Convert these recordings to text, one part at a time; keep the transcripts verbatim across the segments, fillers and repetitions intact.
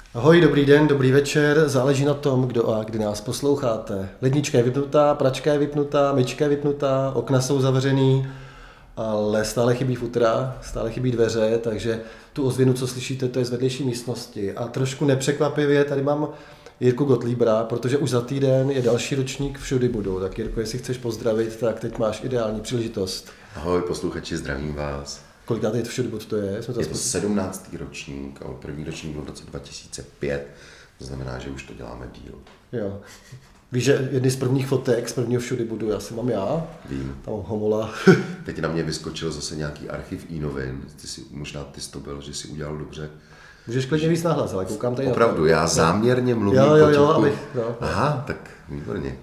Ahoj, dobrý den, dobrý večer, záleží na tom, kdo a kdy nás posloucháte. Lednička je vypnutá, pračka je vypnutá, myčka je vypnutá, okna jsou zavřený, ale stále chybí futra, stále chybí dveře, takže tu ozvěnu, co slyšíte, to je z vedlejší místnosti. A trošku nepřekvapivě tady mám Jirku Gottliebera, protože už za týden je další ročník Všudy budu. Tak Jirko, jestli chceš pozdravit, tak teď máš ideální příležitost. Ahoj posluchači, zdravím vás. Kolikátý Všudy bud to je? Jsme to je to sedmnáctý ročník a první ročník byl v roce dva tisíce pět, to znamená, že už to děláme díl. Jo. Víš, že jedny z prvních fotek z prvního Všudy budu, já si mám já. Vím. Tam mám homola. Teď na mě vyskočil zase nějaký archiv e-novin, ty si, možná ty jsi to byl, že si udělal dobře. Můžeš klidně víc nahlas, ale koukám tady. Opravdu, já no. záměrně mluvím jo, jo, potichu. Jo, abych, jo. Aha, tak výborně.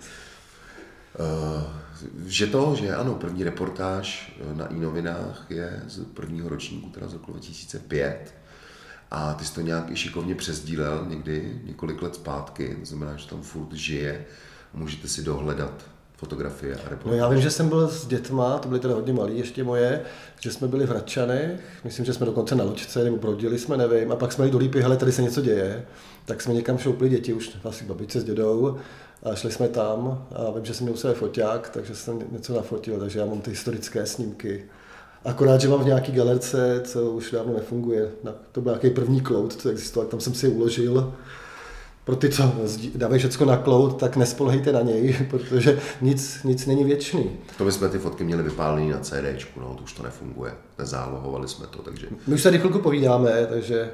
Uh, že to, že ano, první reportáž na e-novinách je z prvního ročníku, teda z roku dva tisíce pět. A ty jsi to nějak i šikovně přesdílel někdy, několik let zpátky, to znamená, že tam furt žije. Můžete si dohledat fotografie a reportáže. No já vím, že jsem byl s dětma, to byly teda hodně malí, ještě moje, že jsme byli v Hradčanech, myslím, že jsme dokonce na loďce, nebo brodili jsme, nevím, a pak jsme jeli do Lípy, hele, tady se něco děje, tak jsme někam šoupli děti, už asi babičce s dědou, a šli jsme tam a vím, že jsem měl u sebe foťák, takže jsem něco nafotil, takže já mám ty historické snímky. Akorát, že mám v nějaký galerce, co už dávno nefunguje, to byl nějaký první cloud, co existoval, tam jsem si je uložil. Pro ty, co dávají všechno na cloud, tak nespolehejte na něj, protože nic, nic není věčný. To bychom ty fotky měli vypálený na CDčku, no, to už to nefunguje. Nezálohovali jsme to, takže... My už tady chvilku povídáme, takže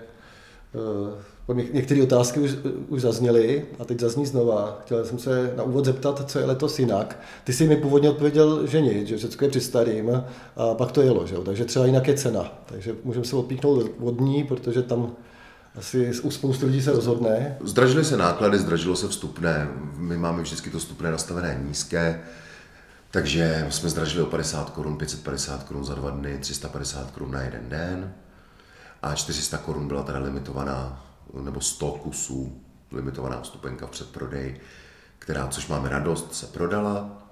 uh, některé otázky už, už zazněly a teď zazní znova. Chtěl jsem se na úvod zeptat, co je letos jinak. Ty jsi mi původně odpověděl, že nic, že všechno je při starým a pak to jelo, že jo? Takže třeba jinak je cena. Takže můžeme se odpíchnout od ní, protože tam asi u spoustu lidí se rozhodne. Zdražily se náklady, zdražilo se vstupné. My máme vždycky to vstupné nastavené nízké, takže jsme zdražili o padesát korun, pět set padesát korun za dva dny, tři sta padesát korun na jeden den a čtyři sta korun byla teda limitovaná, nebo sto kusů limitovaná vstupenka v předprodeji, která, což máme radost, se prodala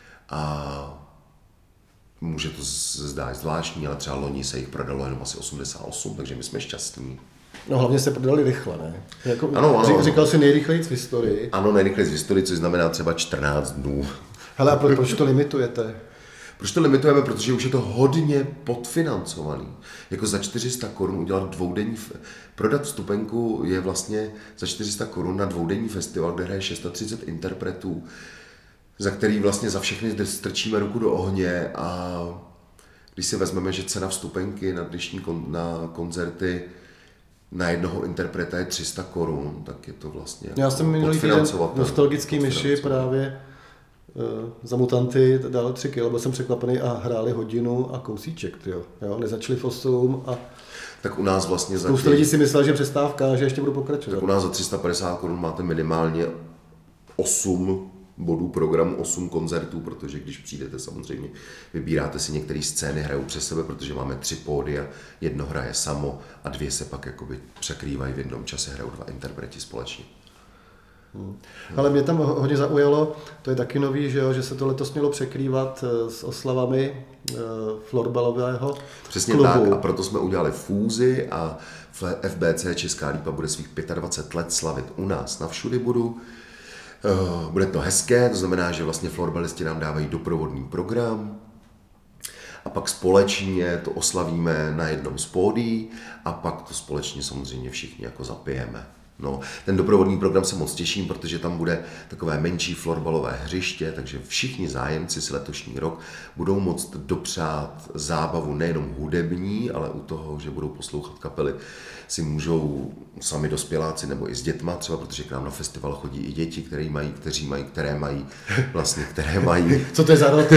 a může to zdát zvláštní, ale třeba loni se jich prodalo jenom asi osmdesát osm, takže my jsme šťastní. No hlavně se prodali rychle, ne? Jako, ano, ano. Říkal jsi nejrychleji v historii. Ano, nejrychleji v historii, což znamená třeba čtrnáct dnů. Hele, a proč to limitujete? Proč to limitujeme? Protože už je to hodně podfinancovaný. Jako za čtyři sta korun udělat dvoudenní... Prodat vstupenku je vlastně za čtyři sta korun na dvoudenní festival, kde hraje tři sta interpretů, za který vlastně za všechny strčíme ruku do ohně a když si vezmeme, že cena vstupenky na dnešní kon, na koncerty na jednoho interpreta je tři sta korun, tak je to vlastně Já jsem minulý týden nostalgický myši právě uh, za mutanty dal tři kilo, byl jsem překvapený a hráli hodinu a kousíček, tyjo. Jo, nezačali v osm a tak u nás vlastně za spousta lidí si myslel, že přestávka, že ještě budu pokračovat. Tak u nás za tři sta padesát korun máte minimálně osm bodů programu, osm koncertů, protože když přijdete samozřejmě, vybíráte si některé scény, hrajou přes sebe, protože máme tři pódia, jedno hraje samo a dvě se pak jakoby překrývají v jednom čase, hrajou dva interpreti společně. Hmm. Ale mě tam hodně zaujalo, to je taky nový, že, jo, že se to letos mělo překrývat s oslavami uh, florbalového Přesně klubu. Tak a proto jsme udělali fúzi a F B C Česká Lípa bude svých dvacet pět let slavit u nás na Všudy budu. Bude to hezké, to znamená, že vlastně florbalisti nám dávají doprovodný program a pak společně to oslavíme na jednom z pódií a pak to společně samozřejmě všichni jako zapijeme. No, ten doprovodný program se moc těším, protože tam bude takové menší florbalové hřiště, takže všichni zájemci si letošní rok budou moct dopřát zábavu nejenom hudební, ale u toho, že budou poslouchat kapely, si můžou sami dospěláci nebo i s dětma, třeba protože k nám na festival chodí i děti, které mají, kteří mají, které mají, vlastně, které mají... Co to je za rok,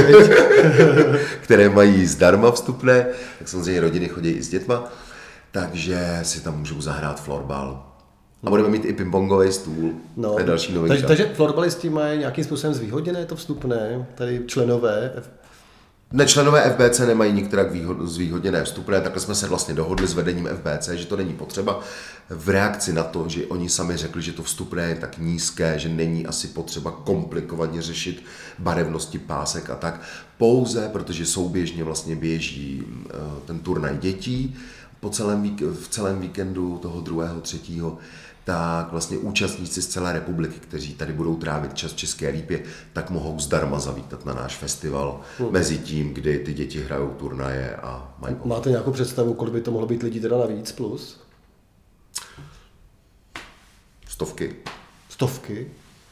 které mají zdarma vstupné, tak samozřejmě rodiny chodí i s dětma, takže si tam můžou zahrát florbal. A budeme mít i pingpongový stůl, no, to je další novinka. Takže, takže florbalisti mají nějakým způsobem zvýhodněné to vstupné, tady členové? Ne, členové F B C nemají nikterak zvýhodněné vstupné, takhle jsme se vlastně dohodli s vedením F B C, že to není potřeba. V reakci na to, že oni sami řekli, že to vstupné je tak nízké, že není asi potřeba komplikovaně řešit barevnosti pásek a tak, pouze protože souběžně vlastně běží ten turnaj dětí, po celém vík, v celém víkendu toho druhého, třetího, tak vlastně účastníci z celé republiky, kteří tady budou trávit čas v České Lípě, tak mohou zdarma zavítat na náš festival hmm. mezi tím, kdy ty děti hrajou turnaje a mají... Máte nějakou představu, kolik by to mohlo být lidí teda navíc plus? Stovky. Stovky?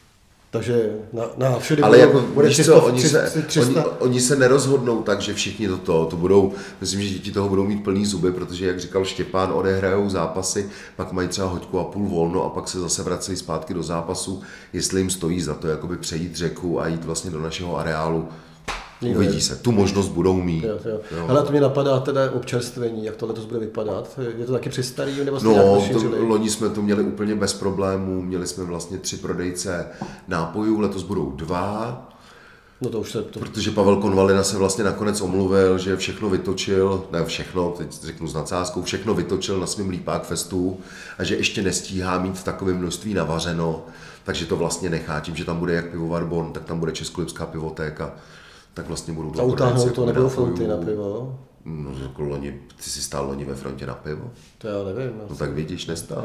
Takže na, na všude ale budou, jako, bude víš tři sta, co, oni, tři, se, tři sta... oni, oni se nerozhodnou tak, že všichni do toho, to budou, myslím, že děti toho budou mít plný zuby, protože jak říkal Štěpán, odehrajou zápasy, pak mají třeba hoďku a půl volno a pak se zase vracejí zpátky do zápasu, jestli jim stojí za to jakoby přejít řeku a jít vlastně do našeho areálu. Nikdo uvidí je. se, tu možnost budou mít. Jo, jo. Jo. Ale to mě napadá teda občerstvení, jak to letos bude vypadat. Je to taky při starý, nebo jste No, to, loni jsme to měli úplně bez problémů, měli jsme vlastně tři prodejce nápojů, letos budou dva. No to už se to... Protože Pavel Konvalina se vlastně nakonec omluvil, že všechno vytočil, ne všechno, teď řeknu s nadsázkou, všechno vytočil na svém Lípák Festu a že ještě nestíhá mít v takovém množství navařeno, takže to vlastně nechá tím, že tam bude jak pivovar Bon, tak tam bude Českolipská pivotéka. Tak vlastně budou dva prodejci. A utáhnou to, nebudou fronty na pivo? No, jako loni, ty jsi stál loni ve frontě na pivo? To já nevím. No tak vidíš, nestál.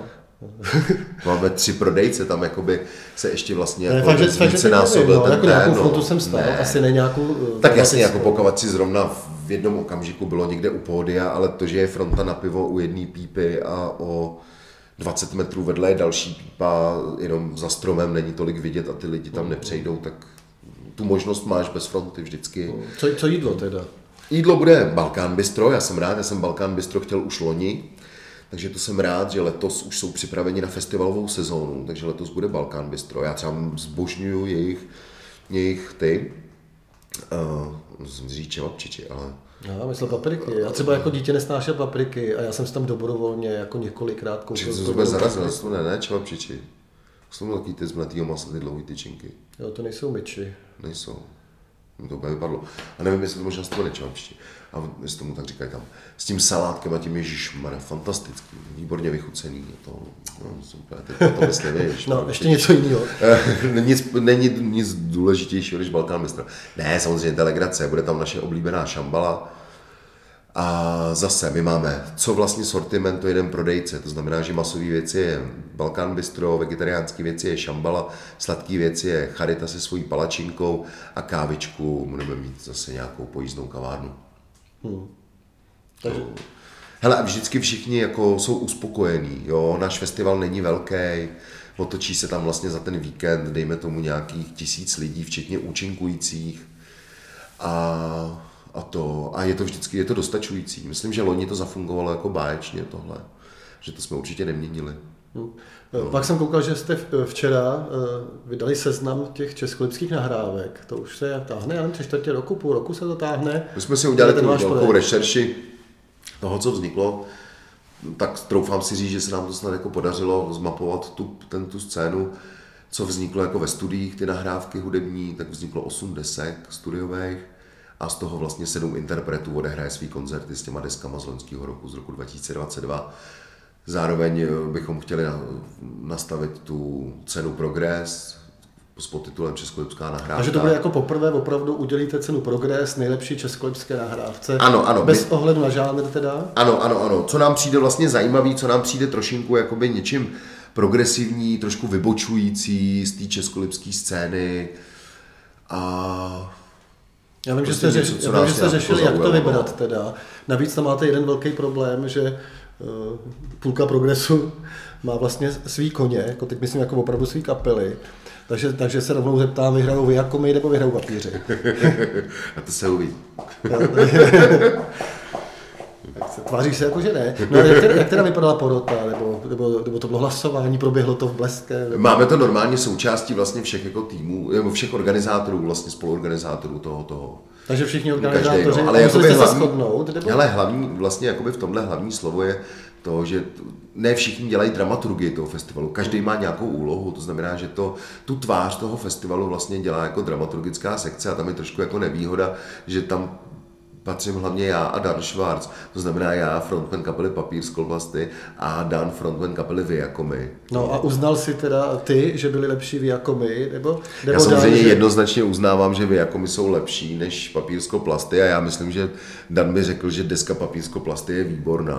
Máme tři prodejce, tam jakoby se ještě vlastně ne, jako fakt, že, více násobil no, ten jako ten. nějakou No, frontu jsem stál, ne. asi ne nějakou... Tak jasně, jako pokud si zrovna v jednom okamžiku bylo někde u pódia, ale to, že je fronta na pivo u jedné pípy a o dvacet metrů vedle je další pípa, jenom za stromem není tolik vidět a ty lidi tam nepřejdou, tak tu možnost máš bez fronty vždycky. Co, co jídlo teda? Jídlo bude Balkán Bistro, já jsem rád, já jsem Balkán Bistro chtěl už loni, takže to jsem rád, že letos už jsou připraveni na festivalovou sezónu, takže letos bude Balkán Bistro. Já třeba zbožňuju jejich, jejich ty, uh, musím říct čevapčiči, ale... Já myslel papriky. Já třeba jako dítě nesnášel papriky a já jsem si tam dobrovolně jako několikrát koupil. Čiže to bude zarazil, to ne, ne, čevapčiči. Jsou taky ty z mletýho masla, ty dlouhý tyčinky. Jo, to nejsou myči. Nejsou. Mi to úplně vypadlo. A nevím, jestli to možná z toho nečevapčiči. A jestli tomu tak říkají tam. S tím salátkem a tím ježišmarja, fantastický, výborně vychucený. Je to, no, super, teď to myslím, víš. No, ještě něco jiného. nic, není nic důležitějšího než Balkán Bistro. Ne, samozřejmě delegace, bude tam naše oblíbená šambala. A zase my máme, co vlastně sortiment, to jeden prodejce, to znamená, že masové věci je Balkán Bistro, vegetariánské věci je šambala, sladké věci je Charita se svojí palačinkou a kávičku budeme mít zase nějakou pojízdnou kavárnu. Hmm. Takže... Hele, a vždycky všichni jako jsou uspokojení, jo, náš festival není velký, otočí se tam vlastně za ten víkend, dejme tomu nějakých tisíc lidí, včetně účinkujících a... A, to, a je to vždycky je to dostačující. Myslím, že loni to zafungovalo jako báječně tohle, že to jsme určitě neměnili. Hmm. No. Pak jsem koukal, že jste včera vydali seznam těch českolipských nahrávek. To už se táhne, já nevím, tři čtvrtě roku, půl roku se to táhne. My jsme si udělali tu velkou rešerši toho, co vzniklo, tak troufám si říct, že se nám to snad jako podařilo zmapovat tu, ten, tu scénu, co vzniklo jako ve studiích, ty nahrávky hudební, tak vzniklo osm desek studiových. A z toho vlastně sedm interpretů odehraje svý koncerty s těma deskama z loňského roku, z roku dva tisíce dvacet dva. Zároveň bychom chtěli nastavit tu cenu Progress s podtitulem Českolipská nahrávka. Takže to bude jako poprvé opravdu udělíte cenu Progress nejlepší českolipské nahrávce. Ano, ano. Bez my... ohledu na žánr teda? Ano, ano, ano. Co nám přijde vlastně zajímavý, co nám přijde trošinku jakoby něčím progresivní, trošku vybočující z té českolipské scény a... Já vím, prostě že jste, řeš, já vím, že jste řešili, jak to vybrat teda. Navíc tam máte jeden velký problém, že uh, půlka Progresu má vlastně svý koně, jako teď myslím jako opravdu svý kapely, takže, takže se rovnou zeptám, vyhrajou vy jako my, nebo vyhrajou papíři. A to se uvidí. Tváří se jako, že ne. No jak teda, jak teda vypadala porota, nebo, nebo, nebo to bylo hlasování, proběhlo to v Bleské? Nebo... Máme to normálně součástí vlastně všech jako týmů, nebo všech organizátorů, vlastně spoluorganizátorů toho. toho. Takže všichni organizátoři, každý, no, ale museli jste se hlavní, shodnout? Nebo... Ale hlavní, vlastně jakoby v tomhle hlavní slovo je to, že ne všichni dělají dramaturgii toho festivalu, každý má nějakou úlohu, to znamená, že to, tu tvář toho festivalu vlastně dělá jako dramaturgická sekce a tam je trošku jako nevýhoda, že tam patřím hlavně já a Dan Schwarz, to znamená já, frontman kapely Papír z Kolbasty a Dan, frontman kapely Vy jako my. No a uznal si teda ty, že byli lepší Vy jako my? Nebo, nebo já samozřejmě Dan, že... jednoznačně uznávám, že Vy jako my jsou lepší než Papír z Kolbasty a já myslím, že Dan by řekl, že deska Papír z Kolbasty je výborná.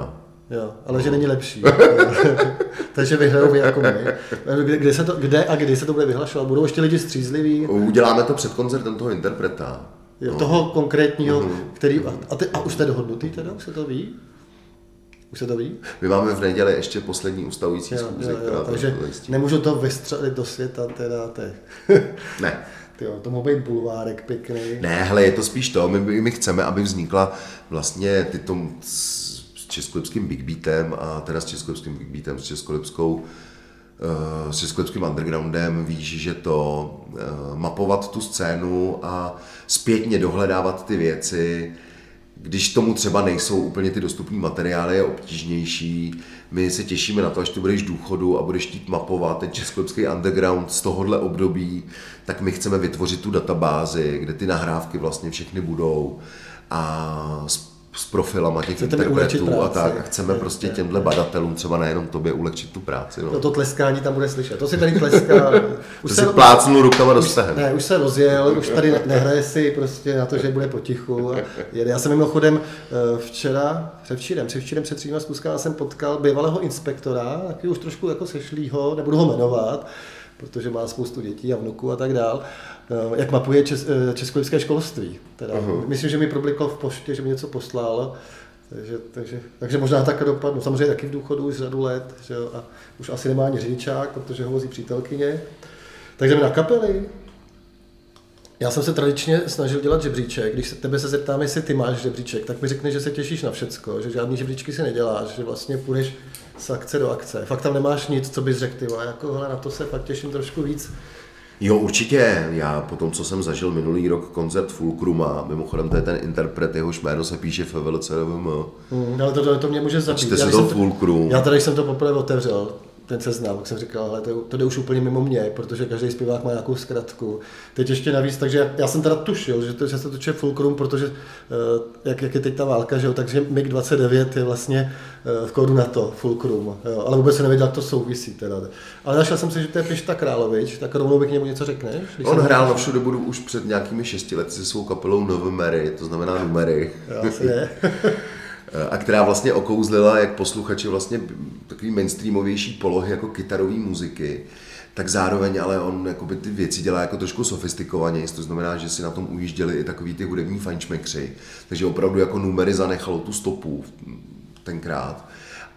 Jo, ale že není lepší. Takže vyhrajou vy jako my. Kde, kde, se to, kde a kdy se to bude vyhlašovat? Budou ještě lidi střízliví? Uděláme to před koncertem toho interpreta. Jo, no. Toho konkrétního, uh-huh. který... A, ty, a už jste dohodnutý teda? Už se to ví? Už se to ví? My máme v neděli ještě poslední ustavující schůzi, která to takže nemůžu to vystřelit do světa teda těch. Ne. Tyjo, to mohl být bulvárek pěkný. Ne, hele, je to spíš to, my, my chceme, aby vznikla vlastně ty tom s českolipským Big Beatem a teda s českolipským Big Beatem, s českolipskou uh, s českolipským undergroundem, víš, že to uh, mapovat tu scénu a zpětně dohledávat ty věci, když tomu třeba nejsou úplně ty dostupní materiály, je obtížnější. My se těšíme na to, až ty budeš v důchodu a budeš chtít mapovat ten českolipský underground z tohohle období, tak my chceme vytvořit tu databázi, kde ty nahrávky vlastně všechny budou a s, s profilama těch chcete interpretů a tak. A chceme je, prostě je, těmhle je. badatelům, třeba nejenom tobě, ulehčit tu práci. No. No to tleskání tam bude slyšet. To si tady tleská. Už to se, si plácnul rukama do stehen. Ne, už se rozjel, už tady nehraje si prostě na to, že bude potichu. A jede. Já jsem mimochodem včera, předvčírem, předvčírem před tříma zkuskama jsem potkal bývalého inspektora, taky už trošku jako sešlýho, nebudu ho jmenovat, protože má spoustu dětí a vnuků a tak dál, jak mapuje čes, českolipské školství. Teda, uh-huh. Myslím, že mi problikl v poště, že mi něco poslal, takže, takže, takže možná tak dopadnu. Samozřejmě taky v důchodu už řadu let, že jo, a už asi nemá ani řidičák, protože ho vozí přítelkyně. Takže jdeme na kapely. Já jsem se tradičně snažil dělat žebříček. Když se tebe se zeptám, jestli ty máš žebříček, tak mi řekne, že se těšíš na všecko, že žádný žebříčky si neděláš, že vlastně půjdeš z akce do akce. Fakt tam nemáš nic, co bys řekl, ty vole, jako hele, na to se fakt těším trošku víc. Jo, určitě. Já po tom, co jsem zažil minulý rok koncert Fulcruma, mimochodem to je ten interpret, jehož jméno se píše F V L C R V M. Hmm, ale to, to, to mě může zabít. Já, to Fulcrum. já tady jsem to poprvé otevřel, ten seznam, tak jsem říkal, ale to, to jde už úplně mimo mě, protože každý zpěvák má nějakou zkratku. Teď ještě navíc, takže já jsem teda tušil, že, to, že se to čte Fulcrum, protože jak, jak je teď ta válka, že jo, takže MiG dvacet devět je vlastně v kódu NATO, Fulcrum, jo, ale vůbec se nevěděl, jak to souvisí teda. Ale našel jsem si, že to je Pišta Královič, tak rovnou bych k němu něco řekneš? On hrál na Všude budu už před nějakými šesti lety se svou kapelou Novemery, to znamená numery. Asi je. A která vlastně okouzlila jak posluchači vlastně takový mainstreamovější polohy jako kytarové muziky, tak zároveň ale on jakoby ty věci dělá jako trošku sofistikovaněji, to znamená, že si na tom ujížděli i takový ty hudební fajnšmekři, takže opravdu jako numery zanechalo tu stopu tenkrát.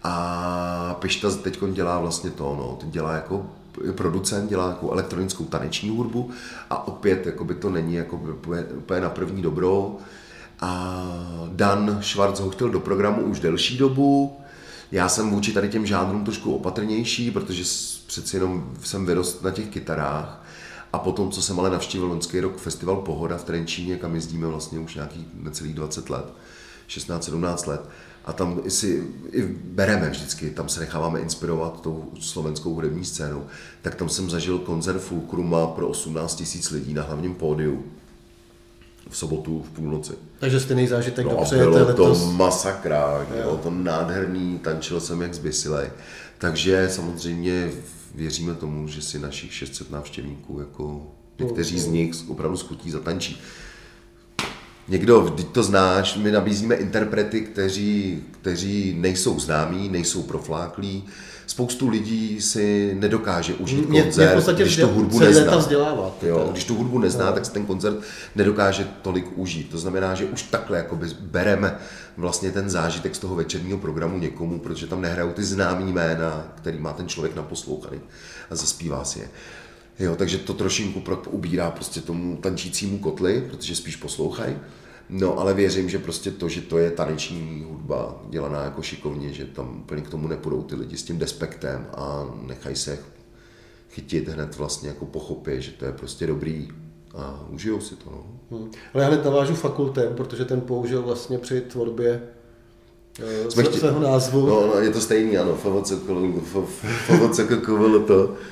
A Pišta teď dělá vlastně to, no, teď dělá jako producent, dělá jako elektronickou taneční hudbu a opět jakoby to není jako úplně na první dobrou. A Dan Schwarz ho chtěl do programu už delší dobu. Já jsem vůči tady těm žánrům trošku opatrnější, protože přeci jenom jsem vyrost na těch kytarách. A potom, co jsem ale navštívil loňský rok festival Pohoda v Trenčíně, kam jezdíme vlastně už nějakých necelých dvacet let, šestnáct sedmnáct let. A tam si i bereme vždycky, tam se necháváme inspirovat tou slovenskou hudební scénou. Tak tam jsem zažil koncert Fulcruma pro osmnáct tisíc lidí na hlavním pódiu. V sobotu v půlnoci. Takže stejný zážitek no dobře. Bylo to letos... masakra, bylo to nádherný, tančil jsem jak zběsilej. Takže samozřejmě věříme tomu, že si našich šest set návštěvníků, jako někteří z nich opravdu schutí zatančí. Někdo, vždyť to znáš, my nabízíme interprety, kteří, kteří nejsou známí, nejsou profláklí. Spoustu lidí si nedokáže užít mě, koncert, mě když tu hudbu nezná. Jo, když tu hudbu nezná, no. tak si ten koncert nedokáže tolik užít. To znamená, že už takhle jakoby bereme vlastně ten zážitek z toho večerního programu někomu, protože tam nehrajou ty známý jména, který má ten člověk naposlouchaný a zaspívá si je. Jo, takže to trošinku ubírá prostě tomu tančícímu kotli, protože spíš poslouchají. No, ale věřím, že prostě to, že to je taneční hudba dělaná jako šikovně, že tam úplně k tomu nepůjdou ty lidi s tím despektem a nechají se chytit hned vlastně jako pochopit, že to je prostě dobrý a užijou si to. No. Hmm. Ale já hned navážu fakultem, protože ten použil vlastně při tvorbě uh, chtěli... svého názvu. No, no, je to stejný, ano, F V C K K V L T.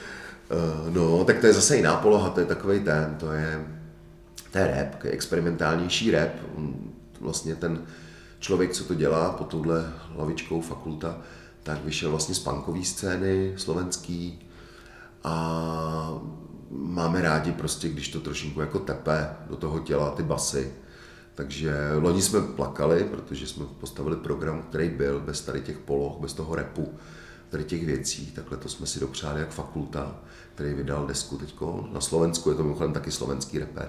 No, tak to je zase jiná poloha, to je takovej ten, to je To je rap, experimentálnější rap. Vlastně ten člověk, co to dělá pod touhle hlavičkou fakulta, tak vyšel vlastně z punkové scény slovenský a máme rádi prostě, když to trošinku jako tepe do toho těla, ty basy, Takže loni jsme plakali, protože jsme postavili program, který byl bez tady těch poloh, bez toho rapu, tady těch věcí. Takhle to jsme si dopřáli jak Fakulta, který vydal desku teďko. Na Slovensku je to mimochodem taky slovenský rapper.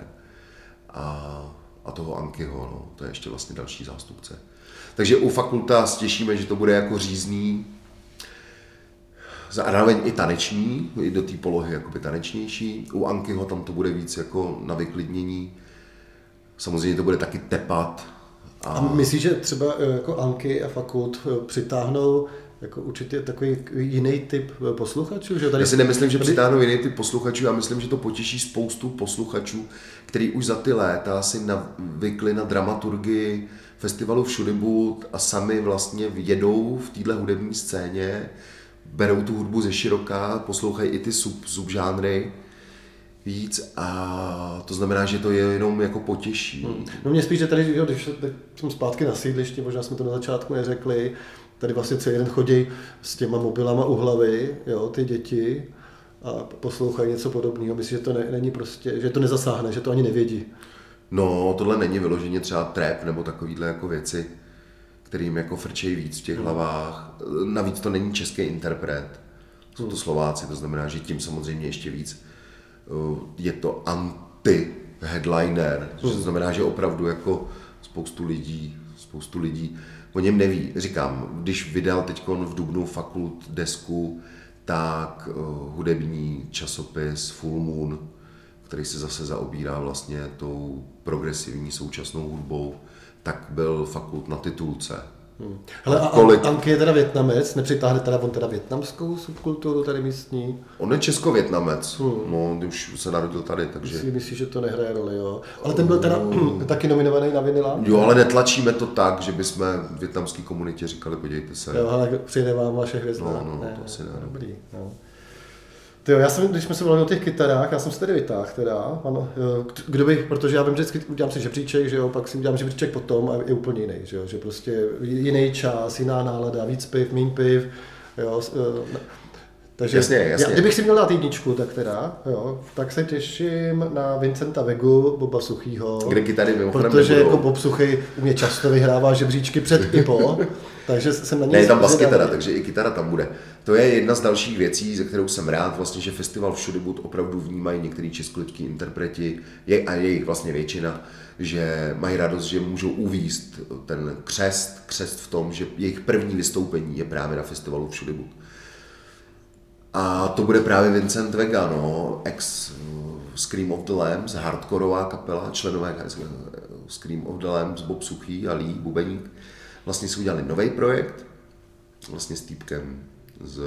A, a toho Ankyho, no, to je ještě vlastně další zástupce. Takže u Fakulta stěšíme, že to bude jako řízný, zároveň i taneční, i do té polohy jakoby tanečnější. U Ankyho tam to bude víc jako na vyklidnění. Samozřejmě to bude taky tepat. A, a myslíš, že třeba jako Anky a Fakult přitáhnou jako určitě takový jiný typ posluchačů? Že tady... Já si nemyslím, že přitáhnou jiný typ posluchačů, já myslím, že to potěší spoustu posluchačů, který už za ty léta si navykli na dramaturgii festivalu Všudybuď a sami vlastně jedou v téhle hudební scéně, berou tu hudbu ze široka, poslouchají i ty sub, subžánry víc a to znamená, že to je jenom jako potěší. Hmm. No mě spíš, že tady, jo, když jsem zpátky na sídlišti, možná jsme to na začátku neřekli, tady vlastně celý den chodí s těma mobilama u hlavy, jo, ty děti a poslouchají něco podobného. Myslím, že to ne, není prostě, že to nezasáhne, že to ani nevědí. No, tohle není vyloženě třeba trap nebo takovýhle jako věci, kterým jako frčejí víc v těch hmm. hlavách. Navíc to není český interpret, jsou to Slováci, to znamená, že tím samozřejmě ještě víc je to anti-headliner, hmm. to znamená, že opravdu jako spoustu lidí, spoustu lidí o něm neví. Říkám, když vydal teď v dubnu Fakult desku, tak uh, hudební časopis Full Moon, který se zase zaobírá vlastně tou progresivní současnou hudbou, tak byl Fakult na titulce. Hmm. Hele, a kolik... Anky je teda Vietnamec, nepřitáhne teda on teda vietnamskou subkulturu tady místní? On je česko-vietnamec, hmm. no, už se narodil tady, takže... Myslíš, myslí, že to nehraje roli, jo? Ale ten byl teda um... taky nominovaný na Vinyla? Jo, ale netlačíme to tak, že bychom vietnamské komunitě říkali, podívejte se. Jo, ale přijde vám vaše hvězda. No, no, ne, to asi ne. Dobrý, no. Tyjo, já jsem, když jsme se volali o těch kytarách, já jsem se tady vytáhl teda, ano, kdo by, protože já vím, vždycky udělám si žebříček, že jo, pak si udělám žebříček potom a je úplně jiný, že jo, že prostě jiný čas, jiná nálada, víc piv, míň piv, jo, takže jasně, jasně. Já, kdybych si měl dát jedničku, tak teda, jo, tak se těším na Vincenta Vegu, Boba Suchýho, kde kytary mimochodem protože nebudou. jako Bob Suchý u mě často vyhrává žebříčky před i po, takže jsem na něj... Ne, je tam baskytara, takže i kytara tam bude. To je jedna z dalších věcí, ze kterou jsem rád, vlastně, že festival Všudybuď opravdu vnímají některý českolipský interpreti, je, a je jich vlastně většina, že mají radost, že můžou uvízt ten křest, křest v tom, že jejich první vystoupení je právě na festivalu Všudybuď. A to bude právě Vincent Vega, no, ex Scream of the Lambs, hardkorová kapela, členové Scream of the Lambs, Bob Suchý a Lee Bubeník. Vlastně si udělali nový projekt, vlastně s týpkem z,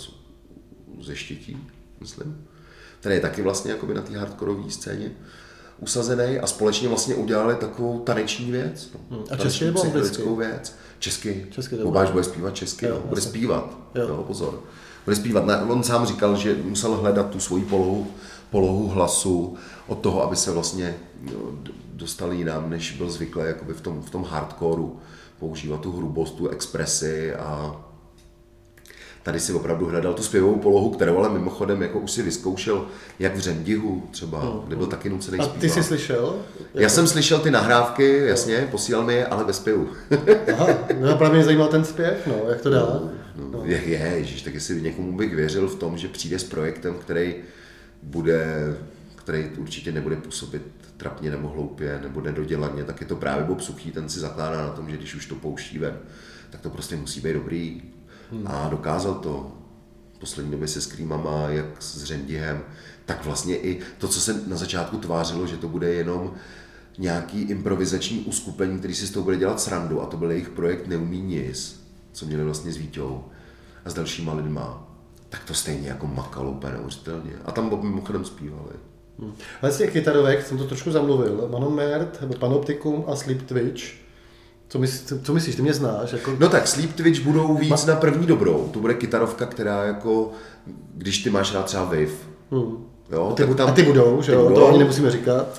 ze Štětí, myslím, který je taky vlastně jakoby na té hardkorové scéně usazený a společně vlastně udělali takovou taneční věc. No. Hmm. A česky nebo anglicky? Věc. Česky. Česky Bobáš bude zpívat česky, jo, no. Bude zpívat, jo. Jo, pozor. Bude zpívat. On sám říkal, že musel hledat tu svoji polohu, polohu hlasu od toho, aby se vlastně dostal jinam, než byl zvyklý jakoby v tom, v tom hardcoreu používat tu hrubost, tu expresi a tady si opravdu hledal tu zpěvovou polohu, kterou ale mimochodem jako už si vyzkoušel jak v Řendihu třeba, hmm. kde byl taky nucený zpívat. A ty jsi slyšel? Já jako... jsem slyšel ty nahrávky, jasně, posílal mi je, ale bez zpěvu. Aha, no právě mě zajímal ten zpěv, no, jak to dá? No, no, no. Je, je, ježiš, tak jestli někomu bych věřil v tom, že přijde s projektem, který bude, který určitě nebude působit trapně nebo hloupě, nebo nedodělaně, tak je to právě Bob Suchý, ten si zakládá na tom, že když už to pouští ven, tak to prostě musí být dobrý. Hmm. A dokázal to v poslední době se Screamama, jak s Řendihem, tak vlastně i to, co se na začátku tvářilo, že to bude jenom nějaký improvizační uskupení, který si s tou bude dělat srandu, a to byl jejich projekt Neumí nic, co měli vlastně s Víťou a s dalšíma lidma, tak to stejně jako makalo úplně neuvěřitelně. A tam Bob mimochodem zpívali. Hmm. Ale z těch kytarovek jsem to trošku zamluvil. Manomert, Panoptikum a Sleep Twitch. Co, mysl, co myslíš, ty mě znáš? Jako... No tak Sleep Twitch budou víc Ma... na první dobrou. To bude kytarovka, která jako, když ty máš rád třeba Wave. Hmm. Jo, a, ty, tak tam... a ty budou, že jo? To ani nemusíme říkat.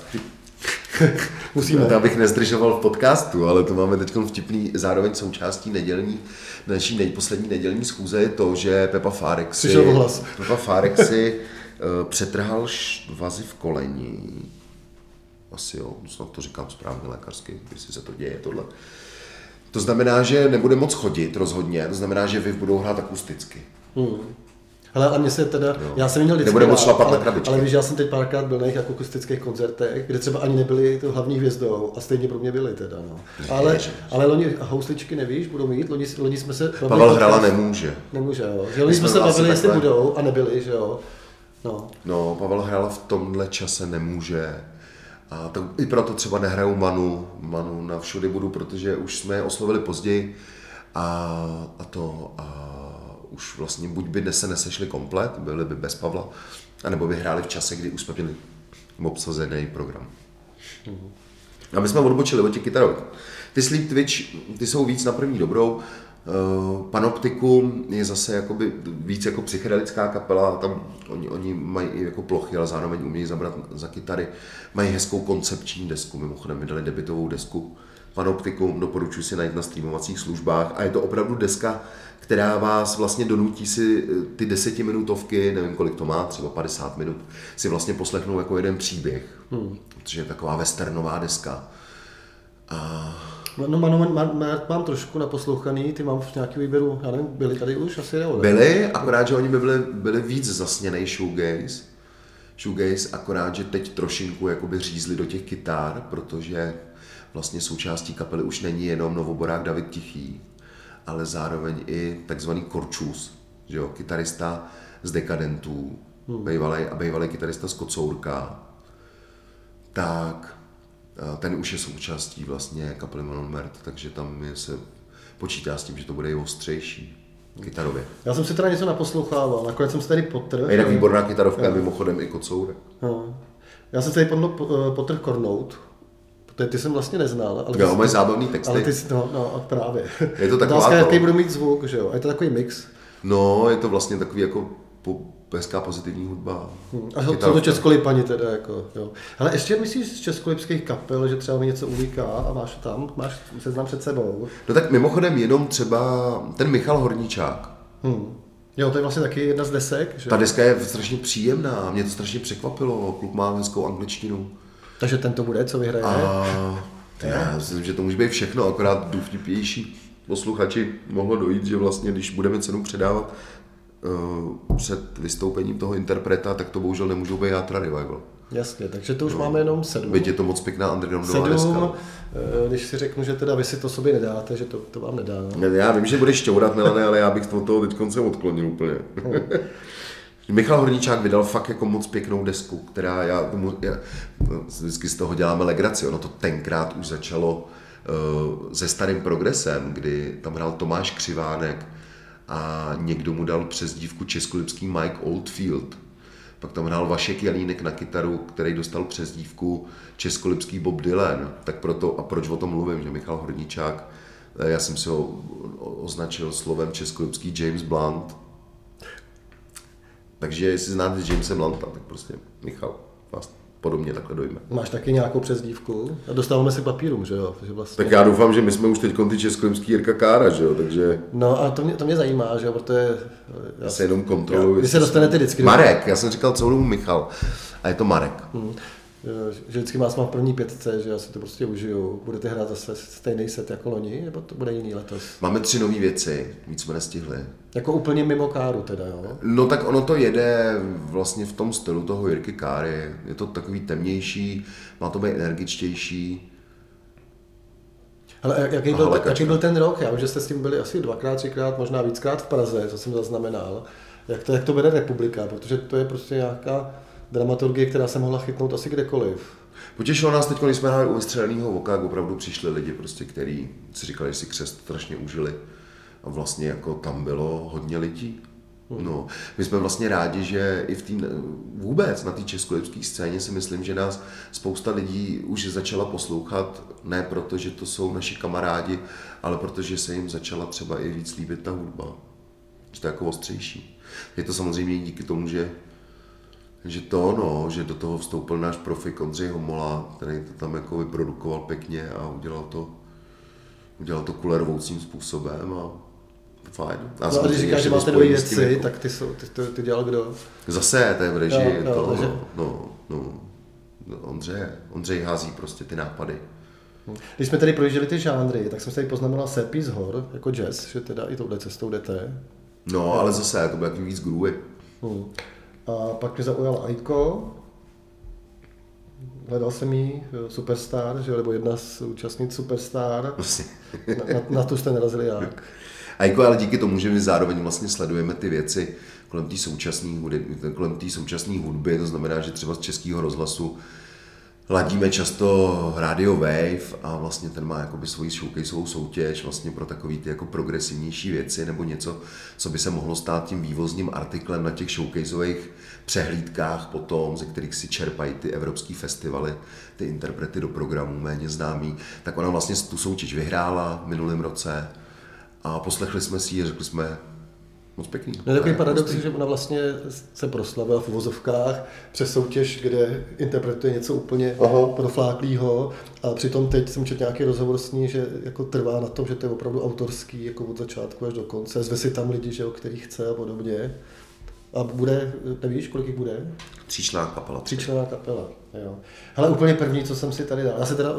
Musíme. To abych nezdržoval v podcastu, ale to máme teď vtipný, zároveň součástí nedělní, naší nejposlední nedělní schůze je to, že Pepa Fárek si, Pepa Fárek si uh, přetrhal vazy v koleni. asi jo, snad to říkám správně lékařsky, jestli se to děje tohle. To znamená, že nebude moc chodit rozhodně, to znamená, že Viv budou hrát akusticky. Hmm. Hele, a mě se teda, jo. já jsem měl vždycky nebude moc šlapat ale, na krabičky. Ale víš, já jsem teď párkrát byl na jejich akustických koncertech, kde třeba ani nebyli to hlavní hvězdou a stejně pro mě byli teda, no. Ale, ale loni housličky nevíš, budou mít, loni, loni jsme se... Pavel Hrala nemůže. Nemůže, jo. Že loni jsme se bavili, jestli takhle... budou a nebyli, že jo. No. no, Pavel Hrala v tomhle čase nemůže. A to, i proto třeba nehraju Manu, Manu na Všudy budu, protože už jsme je oslovili později a, a to... A už vlastně buď by dnes se nesešli komplet, byli by bez Pavla, anebo by hráli v čase, kdy už jsme měli obsazený program. Mm. A my jsme odbočili od těch kytarovek. Ty Sleep Twitch, ty jsou víc na první dobrou. Panoptikum je zase jakoby víc jako psychedelická kapela, tam oni, oni mají i jako plochy, ale zároveň umějí zabrat za kytary. Mají hezkou koncepční desku, mimochodem mi dali debutovou desku. Panoptikum doporučuji si najít na streamovacích službách a je to opravdu deska, která vás vlastně donutí si ty desetiminutovky, nevím kolik to má, třeba padesát minut, si vlastně poslechnou jako jeden příběh, hmm. protože je taková westernová deska. A... No, no mám, mám, mám trošku naposlouchaný, ty mám v nějakém výběru, já nevím, byli tady už asi jo? Byli, akorát, že oni by byli, byli víc zasněnej shoegaze, shoegaze, akorát, že teď trošinku jakoby řízli do těch kytar, protože vlastně součástí kapely už není jenom novoborák David Tichý, ale zároveň i takzvaný Korčus, že jo, kytarista z Dekadentů, hmm. bývalý a bývalý kytarista z Kocourka, tak ten už je součástí vlastně kapely Manon Mert, takže tam je se počítá s tím, že to bude i ostřejší kytarově. Já jsem si teda něco naposlouchával, nakonec jsem se tady potrhl. A jinak výborná kytarovka je mimochodem i Kocourek. No. Já jsem se tady potrhl Kornout. Ty, ty jsem vlastně neznal, ale... Jo, mají zábavný texty. Ale ty si, no, no, právě. Je to taková to... jaký budu mít zvuk, že jo? A je to takový mix. No, je to vlastně takový jako po, hezká pozitivní hudba. Hmm. A jsou to českolipani teda, jako, jo. Ale ještě myslíš z českolipských kapel, že třeba mi něco uvíká a máš tam, máš seznam před sebou? No tak mimochodem jenom třeba ten Michal Horníčák. Hmm. Jo, to je vlastně taky jedna z desek, že? Ta deska je strašně příjemná, mě to strašně překvapilo, kluk má hezkou angličtinu. Takže ten to bude, co vyhraje? A... Já myslím, že to může být všechno, akorát důvtipnější posluchači mohlo dojít, že vlastně, když budeme cenu předávat uh, před vystoupením toho interpreta, tak to bohužel nemůžou být Játra Revival. Jasně, takže to už no. máme jenom sedm. Byť je to moc pěkná undergroundová deska. Sedm, když si řeknu, že teda vy si to sobě nedáte, že to, to vám nedá. No? Já vím, že budeš šťourat, Milane, ale já bych od toho teď konce odklonil úplně. Hmm. Michal Horníčák vydal fakt jako moc pěknou desku, která já, tomu, já vždycky z toho děláme legraci, ono to tenkrát už začalo uh, se Starým progresem, kdy tam hrál Tomáš Křivánek a někdo mu dal přezdívku českolipský Mike Oldfield. Pak tam hrál Vašek Jelínek na kytaru, který dostal přezdívku českolipský Bob Dylan. Tak proto, a proč o tom mluvím, že Michal Horníčák, já jsem si ho označil slovem českolipský James Blunt. Takže jestli znáte Jamese Blunta, tak prostě Michal vás podobně takhle dojme. Máš taky nějakou přezdívku? A dostáváme se k papírům, že jo? Takže vlastně... Tak já doufám, že my jsme už teď ty českolipský Jirka Kára, že jo, takže... No a to mě, to mě zajímá, že jo, protože... Já se jenom kontroluji. Vy se dostanete vždycky... Marek, já jsem říkal celou dobu Michal, a je to Marek. Hmm. Že vždycky vás mám v první pětce, že já si to prostě užiju. Budete hrát zase stejný set jako loni, nebo to bude jiný letos? Máme tři nové věci, víc jsme nestihli. Jako úplně mimo Káru teda, jo? No tak ono to jede vlastně v tom stylu toho Jirky Káry. Je to takový temnější, má to být energičtější. Ale jaký byl, jaký byl ten rok? Já vím, že jste s tím byli asi dvakrát, třikrát, možná víckrát v Praze, co jsem zaznamenal. Jak to, jak to bere republika, protože to je prostě nějaká dramaturgie, která se mohla chytnout asi kdekoliv. Potěšilo nás teď, když jsme hráli u Vystřeleného voka, jak opravdu přišli lidi, prostě, kteří si říkali, že si křest strašně užili. A vlastně jako tam bylo hodně lidí. No, my jsme vlastně rádi, že i v tým, vůbec na té českolipské scéně si myslím, že nás spousta lidí už začala poslouchat, ne proto, že to jsou naši kamarádi, ale protože se jim začala třeba i víc líbit ta hudba. Že to je jako ostřejší. Je to samozřejmě díky tomu, že že to, no, že do toho vstoupil náš profik Ondřej Homola, který to tam jako vyprodukoval pěkně a udělal to, udělal to kulervoucím způsobem a fajn. A no a když říkáš, že máte dvě věci, jako... tak ty, jsou, ty, ty, ty dělal kdo? Zase, to je v režii, jo, jo, to, takže... no, no, Ondřej, Ondřej hází prostě ty nápady. Když jsme tady projížděli ty žánry, tak jsem se tady poznamenal Sepí z hor, jako jazz, že teda i touhle cestou jdete. No, ale zase, to bylo jaký víc groovy. Hmm. A pak mě zaujal Aiko. Hledal jsem jí, Superstar, že, nebo jedna z účastnic Superstar. na, na, na tu jste narazili jak? Aiko, ale díky tomu, že my zároveň vlastně sledujeme ty věci kolem té současné hudby, kolem té současné hudby, to znamená, že třeba z Českého rozhlasu ladíme často Radio Wave a vlastně ten má jakoby svoji showcaseovou soutěž vlastně pro takový ty jako progresivnější věci nebo něco, co by se mohlo stát tím vývozním artiklem na těch showcaseových přehlídkách potom, ze kterých si čerpají ty evropský festivaly, ty interprety do programů méně známý, tak ona vlastně tu soutěž vyhrála v minulém roce a poslechli jsme si ji a řekli jsme, moc pěkný. No je takový paradox, že ona vlastně se proslavila v uvozovkách přes soutěž, kde interpretuje něco úplně Aha. profláklýho a přitom teď jsem četl nějaký rozhovor s ní, že jako trvá na tom, že to je opravdu autorský jako od začátku až do konce, zve si tam lidi, že, o kterých chce a podobně. A bude, nevíš, kolik jich bude? Tříčlenná kapela. Tříčlenná kapela, jo. Hele, úplně první, co jsem si tady dal. Já se teda uh,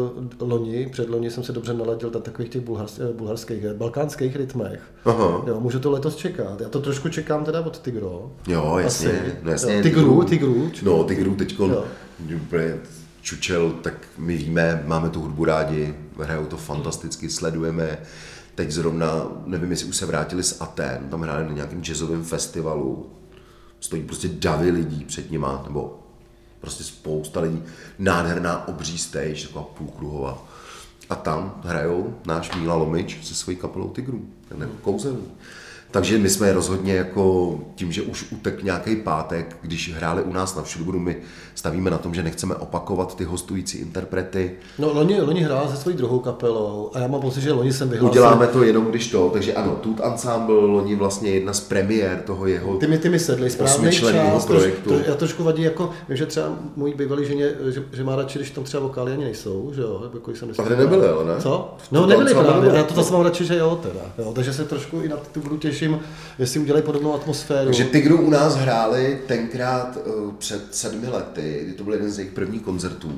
loni, předloni jsem se dobře naladil na takových těch bulhars, bulharských, balkánských rytmech. Aha. Jo, můžu to letos čekat. Já to trošku čekám teda od Tigro. Jo, jasně. Asi. No, jasně jo. Tigru, Tigru. No, Tigru teďko úplně čučel, tak my víme, máme tu hudbu rádi, hrajou to fantasticky, sledujeme. Teď zrovna, nevím, jestli už se vrátili z Aten, tam hráli na nějakém jazzovém festivalu. Stojí prostě davy lidí před nima, nebo prostě spousta lidí. Nádherná obří stage, taková půlkruhová. A tam hrajou náš Míla Lomič se svojí kapelou Tigrů. Ten jako kouzelný. Takže my jsme rozhodně jako tím, že už utek nějaký pátek, když hráli u nás na Všudybudu, my stavíme na tom, že nechceme opakovat ty hostující interprety. No, loni, loni hrál se svojí druhou kapelou a já mám pocit, že loni jsem vyhlásil. Uděláme to jenom když to, takže ano, Tut Ensemble, loni vlastně jedna z premiér toho jeho ty mi, ty mi sedli správný čas, projektu. To, já trošku vadí, jako, vím, že třeba můj bývalý ženě, že, že má radši, když tam třeba vokály ani nejsou, že jo, jako jsem a tady nebyly, ale ne? Co? No nebyly právě, já to zase mám radši, že jo, teda, jo, takže se trošku i na tu budu těšit, jestli udělají podobnou atmosféru. Takže Tigru u nás hráli tenkrát uh, před sedmi lety, kdy to byl jeden z jejich prvních koncertů.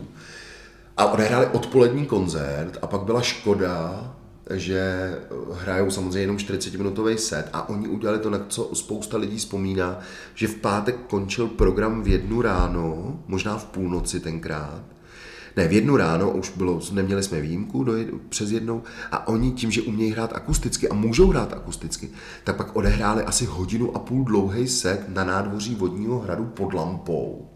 A odehráli odpolední koncert a pak byla škoda, že hrajou samozřejmě jenom čtyřicetiminutový set a oni udělali to, na co spousta lidí vzpomíná, že v pátek končil program v jednu ráno, možná v půlnoci tenkrát. Ne, v jednu ráno už bylo, neměli jsme výjimku do, přes jednou a oni tím, že umějí hrát akusticky a můžou hrát akusticky, tak pak odehráli asi hodinu a půl dlouhý set na nádvoří Vodního hradu pod lampou.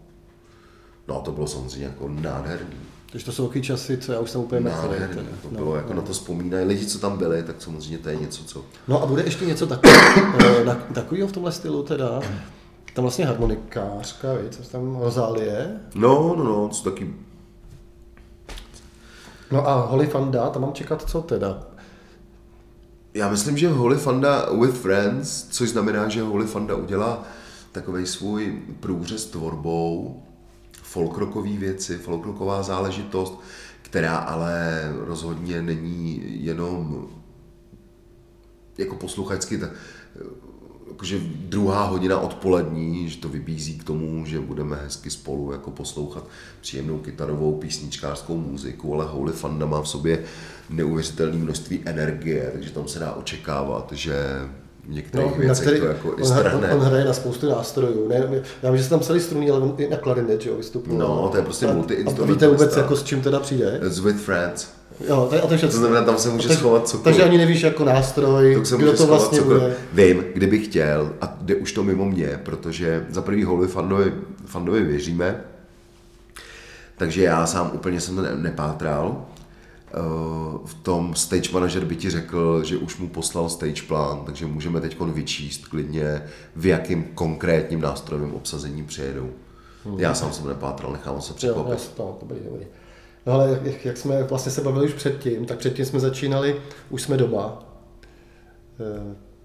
No a to bylo samozřejmě jako nádherný. Takže to jsou taky časy, co já už jsem úplně nádherný. Nádherný, to bylo no, jako no. Na to vzpomínají lidi, co tam byli, tak samozřejmě to je něco, co... No a bude ještě něco takového, takového v tomhle stylu teda? Tam vlastně harmonikářka, víc, co tam Rozálie? No, no, no, co taky... No a Holy Fanda, tam mám čekat co teda? Já myslím, že Holy Fanda with Friends, což znamená, že Holy Fanda udělá takovej svůj průřez tvorbou, folkrockový věci, folkrocková záležitost, která ale rozhodně není jenom jako posluchačsky, tak, jakože druhá hodina odpolední, že to vybízí k tomu, že budeme hezky spolu jako poslouchat příjemnou kytarovou písničkářskou muziku, ale Holy Fanda má v sobě neuvěřitelné množství energie, takže tam se dá očekávat, že v některých no, věcech který, to jako on, i strhne. On, on hraje na spoustu nástrojů, ne, já vím, že se tam psali struny, ale on i na klarinet, že jo, vystupuje. No, to je prostě multi-instrumentalista. A víte vůbec, jako s čím teda přijde? It's with friends. Jo, to, je, a to, je to znamená, tam se může takže, schovat cokoliv. Takže ani nevíš jako nástroj, to kdo to vlastně cokoliv. Bude. Vím, kdybych chtěl, a jde už to mimo mě, protože za prvý Holy Fandovi, Fandovi věříme, takže já sám úplně jsem to ne, nepátral. V tom stage manager by ti řekl, že už mu poslal stage plán, takže můžeme teď vyčíst klidně, v jakým konkrétním nástrojovém obsazení přijedou. Hmm. Já sám jsem nepátral, nechám se překvapit. Jo, to, to byli dobrý. No ale jak, jak jsme vlastně se bavili už předtím, tak předtím jsme začínali, už jsme doma.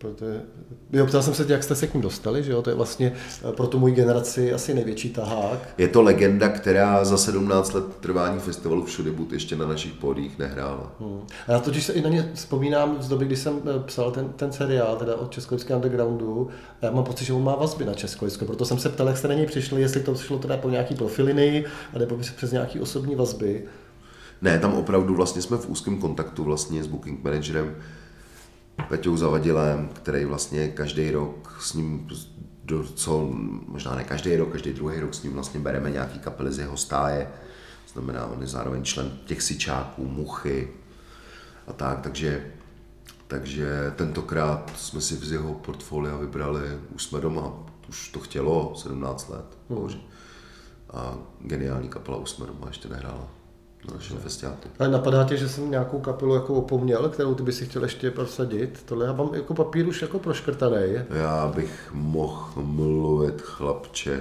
Protože, jo, ptal jsem se, jak jste se k ním dostali, že jo, to je vlastně pro tu moji generaci asi největší tahák. Je to legenda, která za sedmnáct let trvání festivalu Všude buď ještě na našich pódiích nehrála. Hmm. A já totiž se i na ně vzpomínám z doby, kdy jsem psal ten, ten seriál, teda od Českolipského undergroundu, a já mám pocit, že on má vazby na Českolipsko, proto jsem se ptal, jak jste na něj přišli, jestli to šlo teda po nějaký profiliny, nebo přes nějaký osobní vazby. Ne, tam opravdu vlastně jsme v úzkém kontaktu vlastně s booking managerem Peťou Zavadilem, který vlastně každý rok s ním, do, co, možná ne každý rok, každý druhý rok s ním vlastně bereme nějaký kapely z jeho stáje. Znamená, on je zároveň člen těch Sičáků, Muchy a tak, takže, takže tentokrát jsme si z jeho portfolia vybrali, už jsme doma, už to chtělo sedmnáct let. Hmm. A geniální kapela Už jsme doma ještě nehrála na našem festiálu. Ale napadá tě, že jsem nějakou kapelu jako opomněl, kterou ty by si chtěl ještě prosadit? Tohle já mám jako papír už jako proškrtanej. Já bych mohl mluvit, chlapče.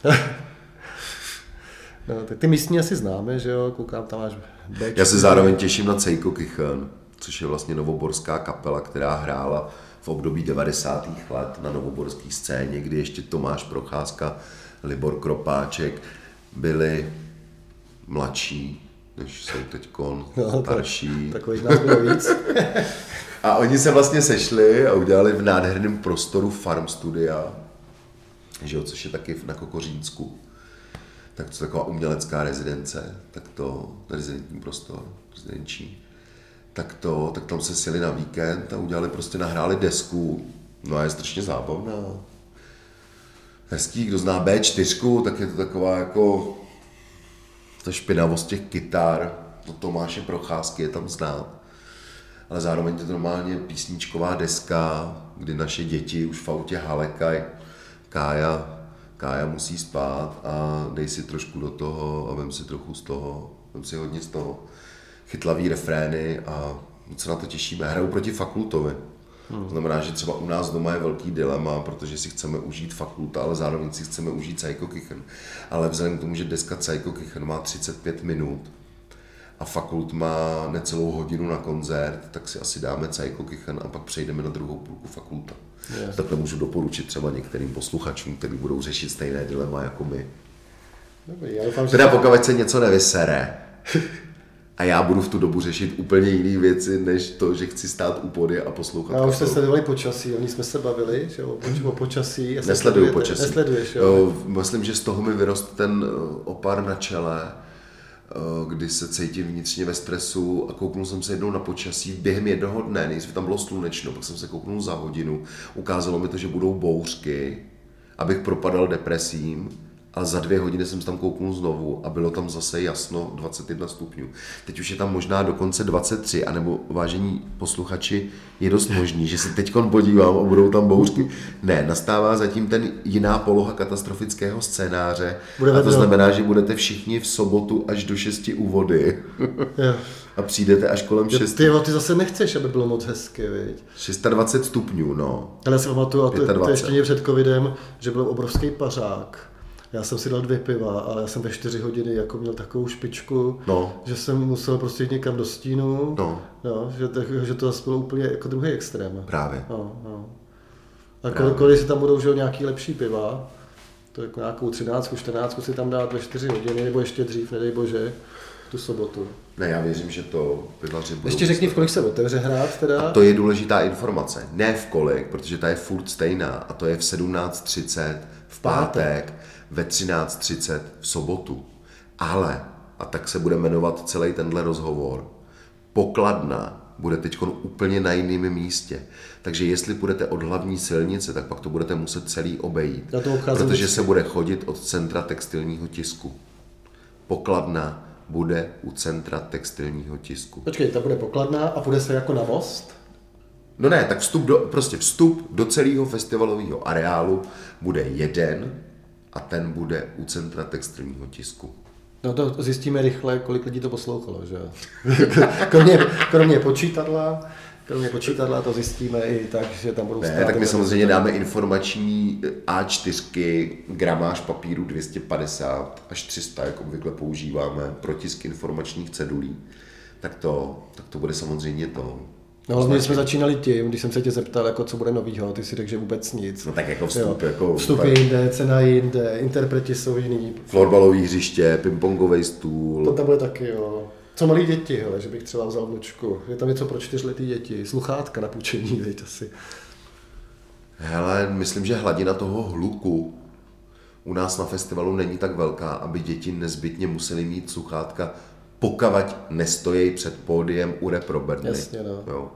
No, tak ty místní asi známe, že jo, koukám, tam máš Bčku. Já se zároveň těším na Cejko Kichan, což je vlastně novoborská kapela, která hrála v období devadesátých let na novoborské scéně, kdy ještě Tomáš Procházka, Libor Kropáček byli mladší, než jsou teďkon, no, starší. Tak, takových nás bylo víc. A oni se vlastně sešli a udělali v nádherném prostoru Farm Studia, že jo, což je taky na Kokořínsku. Tak to je taková umělecká rezidence, tak to, rezidentní prostor, rezidenční. Tak to, tak tam se sjeli na víkend a udělali prostě, nahráli desku. No a je strašně zábavná. Hezký, kdo zná bé čtyři, tak je to taková jako ta špinavost těch kytar, to Tomáše Procházky je tam znát. Ale zároveň je to normálně písničková deska, kdy naše děti už v autě halekají, Kája, Kája musí spát a dej si trošku do toho a vem si trochu z toho, vem si hodně z toho, chytlavý refrény a moc se na to těšíme. Hraju proti Fakultovi. Hmm. To znamená, že třeba u nás doma je velký dilema, protože si chceme užít Fakulta, ale zároveň si chceme užít Cajko Kichan. Ale vzhledem k tomu, že deska Cajko Kichan má třicet pět minut a Fakult má necelou hodinu na koncert, tak si asi dáme Cajko Kichan a pak přejdeme na druhou půlku Fakulta. Yes. Takhle můžu doporučit třeba některým posluchačům, kteří budou řešit stejné dilema jako my. Dobrý, já doufám, teda pokud se něco nevysere a já budu v tu dobu řešit úplně jiné věci, než to, že chci stát u pody a poslouchat. A už jste sledovali počasí, oni jsme se bavili, že o, o počasí. Nesleduju počasí. Nesleduješ, jo? Myslím, že z toho mi vyrost ten opar na čele, kdy se cítím vnitřně ve stresu a kouknul jsem se jednou na počasí během jednoho dne, nejdřív tam bylo slunečno, pak jsem se kouknul za hodinu, ukázalo mi to, že budou bouřky, abych propadal depresím, ale za dvě hodiny jsem se tam kouknul znovu a bylo tam zase jasno dvacet jedna stupňů. Teď už je tam možná dokonce dvacet tři, anebo vážení posluchači, je dost možný, že se teďkon podívám a budou tam bouřky. Ne, nastává zatím ten jiná poloha katastrofického scénáře a to znamená, že budete všichni v sobotu až do šesti u vody. A přijdete až kolem šesti. Ty, ty zase nechceš, aby bylo moc hezky, viď? dvacet šest stupňů, no. Ale já si pamatuju, a to, to ještě před covidem, že byl obrovský pařák. Já jsem si dal dvě piva, ale já jsem ve čtyři hodiny jako měl takovou špičku, no. že jsem musel prostě jít někam do stínu, no. No, že, že to zase bylo úplně jako druhý extrém. Právě. No, no. A kolik si tam budou že, nějaký lepší piva, to jako nějakou třináctku, čtrnáctku si tam dát ve čtyři hodiny, nebo ještě dřív, nedej bože, tu sobotu. Ne, já věřím, že to pivaři budou... Ještě řekni, v kolik se otevře hrát teda. A to je důležitá informace. Ne v kolik, protože ta je furt stejná a to je v sedmnáct třicet v pátek, ve třináct třicet v sobotu. Ale, a tak se bude jmenovat celý tenhle rozhovor, pokladna bude teď úplně na jiném místě. Takže jestli půjdete od hlavní silnice, tak pak to budete muset celý obejít. Protože vždycky. Se bude chodit od centra textilního tisku. Pokladna bude u centra textilního tisku. Počkej, ta bude pokladná a půjde se jako na most? No ne, tak vstup do, prostě vstup do celého festivalového areálu bude jeden a ten bude u centra textilního tisku. No to zjistíme rychle, kolik lidí to poslouchalo, že jo? kromě, kromě počítadla, kromě počítadla to zjistíme i tak, že tam budou... Ne, tak my samozřejmě dáme informační á čtyři, gramáž papíru dvě stě padesát až tři sta, jak obvykle používáme, pro tisk informačních cedulí. Tak to, tak to bude samozřejmě to No hlavně jsme začínali tím, když jsem se tě zeptal, jako co bude novýho, ty si řekl, že vůbec nic. No tak jako vstup, jo. jako... Vstup je jinde, cena je jinde, interpreti jsou jiný. Florbalový hřiště, pingpongový stůl. To tam bude taky, jo. Co malí děti, hele, že bych třeba vzal vnučku. Je tam něco pro čtyřletý děti, sluchátka na půjčení, veď asi. Hele, myslím, že hladina toho hluku u nás na festivalu není tak velká, aby děti nezbytně musely mít sluchátka, pokavať nestojí před pódiem u reproberny. Jasně, no. Jo.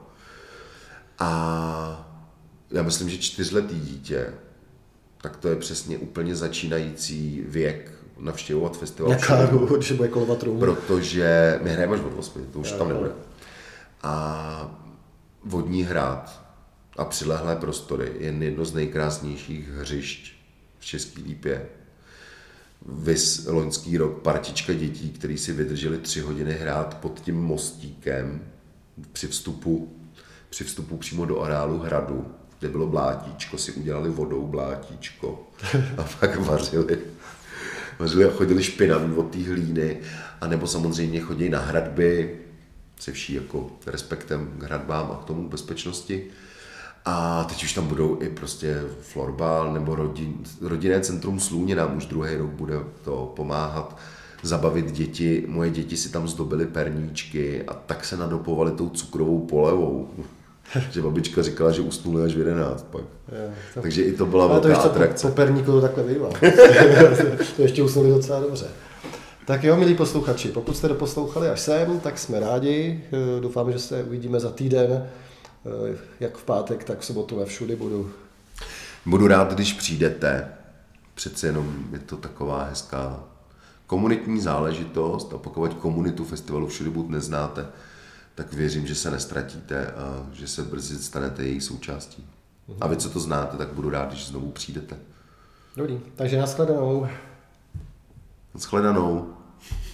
A já myslím, že čtyřletý dítě, tak to je přesně úplně začínající věk navštěvovat festival. Jakáru, když bude kolovat rům. Protože my hrajeme až od osmi, to už já, tam nebude. A vodní hrad a přilehlé prostory je jedno z nejkrásnějších hřišť v České Lípě. Vys loňský rok partička dětí, který si vydrželi tři hodiny hrát pod tím mostíkem při vstupu, při vstupu přímo do areálu hradu, kde bylo blátíčko, si udělali vodou blátíčko a pak vařili. Vařili a chodili špinaví od té hlíny, anebo samozřejmě chodí na hradby, se vší jako respektem k hradbám a k tomu bezpečnosti. A teď už tam budou i prostě florbal nebo rodin, rodinné centrum Slůně, nám už druhý rok bude to pomáhat zabavit děti. Moje děti si tam zdobily perníčky a tak se nadopovali tou cukrovou polevou. Že babička říkala, že usnuli až v jedenáct pak. Jo, to... Takže i to byla ale velká to atrakce. Po, po perníku to takhle bývá. To ještě usnuli docela dobře. Tak jo, milí posluchači, pokud jste doposlouchali až sem, tak jsme rádi. Doufáme, že se uvidíme za týden, jak v pátek, tak v sobotu ve Všudy budu. Budu rád, když přijdete. Přece jenom je to taková hezká komunitní záležitost a pokud komunitu festivalu Všudy bud neznáte, tak věřím, že se nestratíte a že se brzy stanete její součástí. Mhm. A vy, co to znáte, tak budu rád, když znovu přijdete. Dobrý, takže nashledanou. Nashledanou.